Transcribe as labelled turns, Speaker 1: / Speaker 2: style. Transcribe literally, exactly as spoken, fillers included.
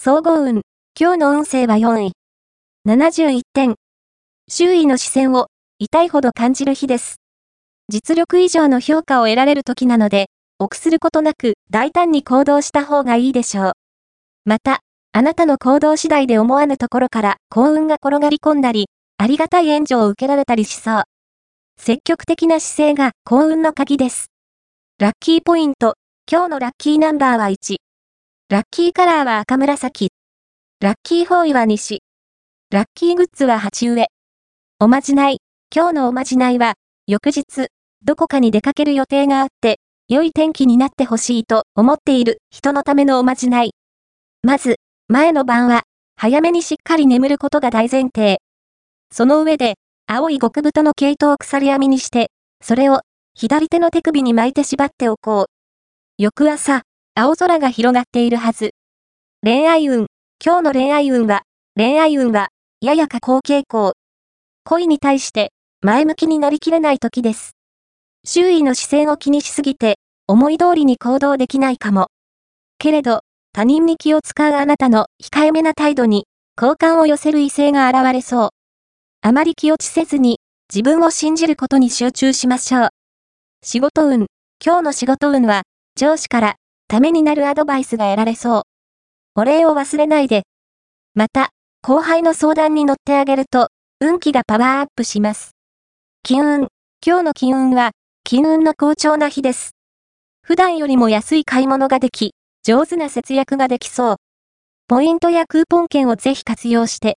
Speaker 1: 総合運。今日の運勢はよんい。ななじゅういってん。周囲の視線を痛いほど感じる日です。実力以上の評価を得られる時なので、臆することなく大胆に行動した方がいいでしょう。また、あなたの行動次第で思わぬところから幸運が転がり込んだり、ありがたい援助を受けられたりしそう。積極的な姿勢が幸運の鍵です。ラッキーポイント。今日のラッキーナンバーはいち。ラッキーカラーは赤紫。ラッキーフォーイは西。ラッキーグッズは鉢植え。おまじない。今日のおまじないは、翌日、どこかに出かける予定があって、良い天気になってほしいと思っている人のためのおまじない。まず、前の晩は、早めにしっかり眠ることが大前提。その上で、青い極太の毛糸を鎖編みにして、それを左手の手首に巻いて縛っておこう。翌朝、青空が広がっているはず。恋愛運。今日の恋愛運は、恋愛運は、やや下降傾向。恋に対して、前向きになりきれない時です。周囲の視線を気にしすぎて、思い通りに行動できないかも。けれど、他人に気を使うあなたの控えめな態度に、好感を寄せる異性が現れそう。あまり気落ちせずに、自分を信じることに集中しましょう。仕事運。今日の仕事運は、上司から、ためになるアドバイスが得られそう。お礼を忘れないで。また、後輩の相談に乗ってあげると、運気がパワーアップします。金運。今日の金運は、金運の好調な日です。普段よりも安い買い物ができ、上手な節約ができそう。ポイントやクーポン券をぜひ活用して、